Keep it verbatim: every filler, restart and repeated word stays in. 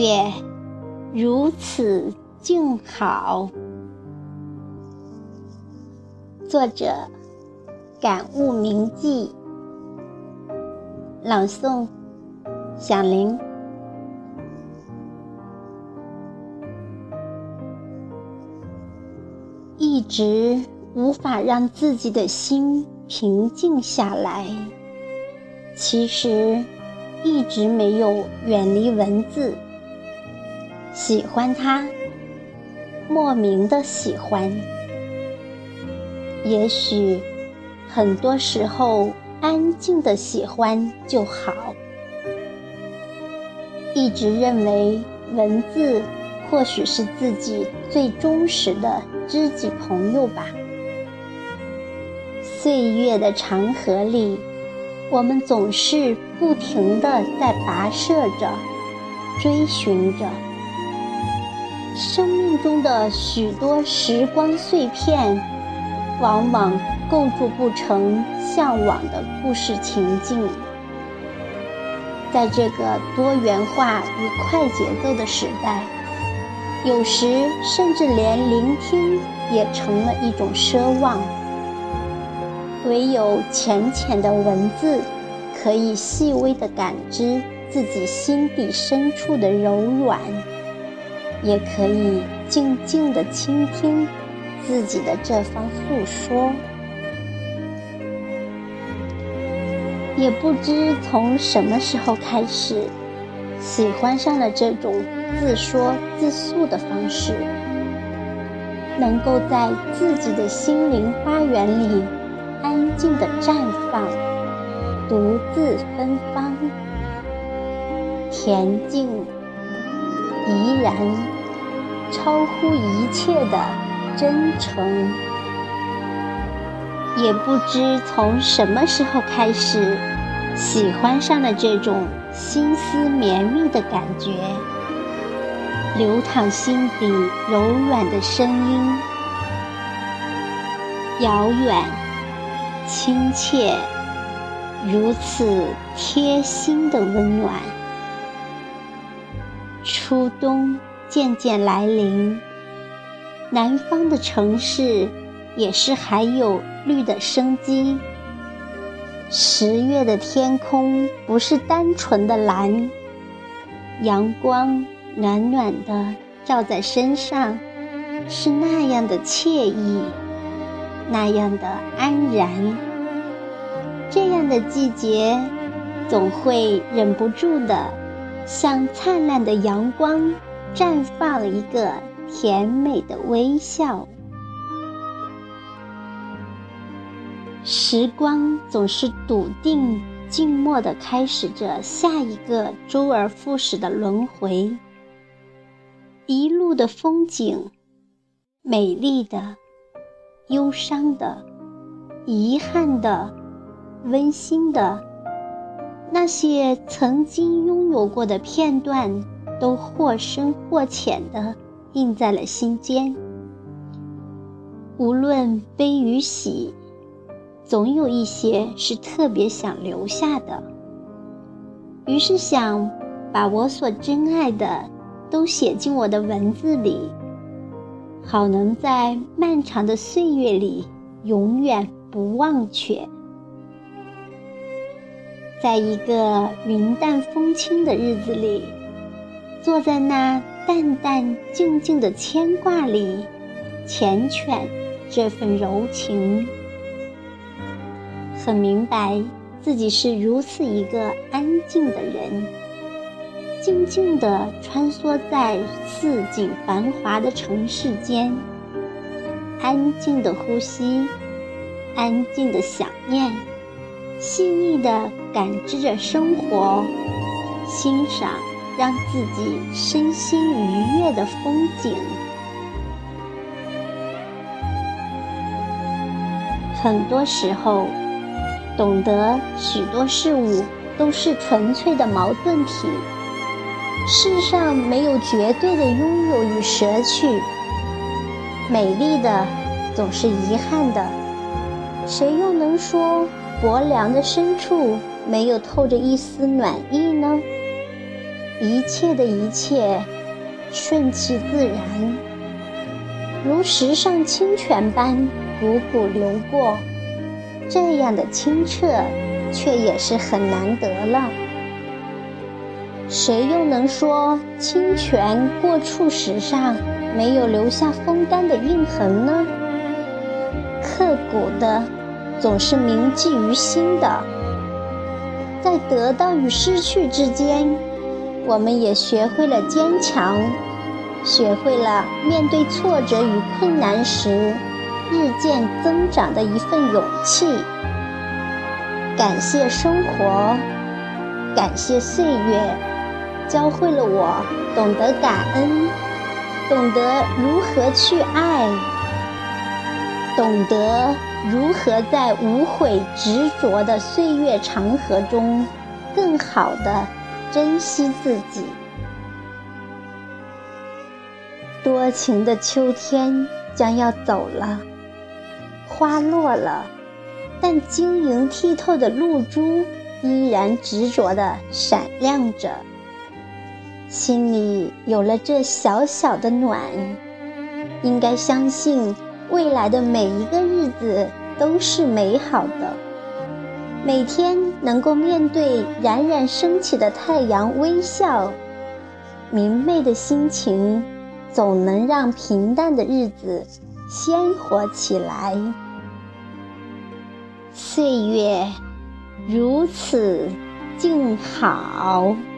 月如此静好。作者感悟铭记，朗诵响铃。一直无法让自己的心平静下来，其实一直没有远离文字，喜欢它，莫名的喜欢。也许很多时候安静的喜欢就好。一直认为文字或许是自己最忠实的知己朋友吧。岁月的长河里，我们总是不停地在跋涉着，追寻着。生命中的许多时光碎片，往往构筑不成向往的故事情境。在这个多元化与快节奏的时代，有时甚至连聆听也成了一种奢望。唯有浅浅的文字，可以细微地感知自己心底深处的柔软，也可以静静地倾听自己的这番诉说。也不知从什么时候开始，喜欢上了这种自说自诉的方式，能够在自己的心灵花园里安静地绽放，独自芬芳，恬静怡然，超乎一切的真诚。也不知从什么时候开始，喜欢上了这种心思绵密的感觉，流淌心底柔软的声音，遥远亲切，如此贴心的温暖。初冬渐渐来临，南方的城市也是还有绿的生机。十月的天空不是单纯的蓝，阳光暖暖的照在身上，是那样的惬意，那样的安然。这样的季节，总会忍不住的向灿烂的阳光绽放一个甜美的微笑。时光总是笃定静默地开始着下一个周而复始的轮回。一路的风景，美丽的，忧伤的，遗憾的，温馨的，那些曾经拥有过的片段，都或深或浅地印在了心间。无论悲与喜，总有一些是特别想留下的。于是想把我所珍爱的都写进我的文字里，好能在漫长的岁月里永远不忘却。在一个云淡风轻的日子里，坐在那淡淡静静的牵挂里，缱绻这份柔情。很明白自己是如此一个安静的人，静静地穿梭在市井繁华的城市间，安静地呼吸，安静地想念，细腻地感知着生活，欣赏让自己身心愉悦的风景。很多时候懂得许多事物都是纯粹的矛盾体，世上没有绝对的拥有与舍去，美丽的总是遗憾的，谁又能说薄凉的深处没有透着一丝暖意呢？ 一切的一切顺其自然，如石上清泉般汩汩流过。这样的清澈却也是很难得了。谁又能说清泉过触石上没有留下风干的印痕呢？刻骨的总是铭记于心的。在得到与失去之间，我们也学会了坚强，学会了面对挫折与困难时日渐增长的一份勇气。感谢生活，感谢岁月，教会了我懂得感恩，懂得如何去爱，懂得如何在无悔执着的岁月长河中更好地珍惜自己。多情的秋天将要走了，花落了，但晶莹剔透的露珠依然执着地闪亮着。心里有了这小小的暖，应该相信未来的每一个日子都是美好的。每天能够面对冉冉升起的太阳微笑，明媚的心情总能让平淡的日子鲜活起来。岁月如此静好。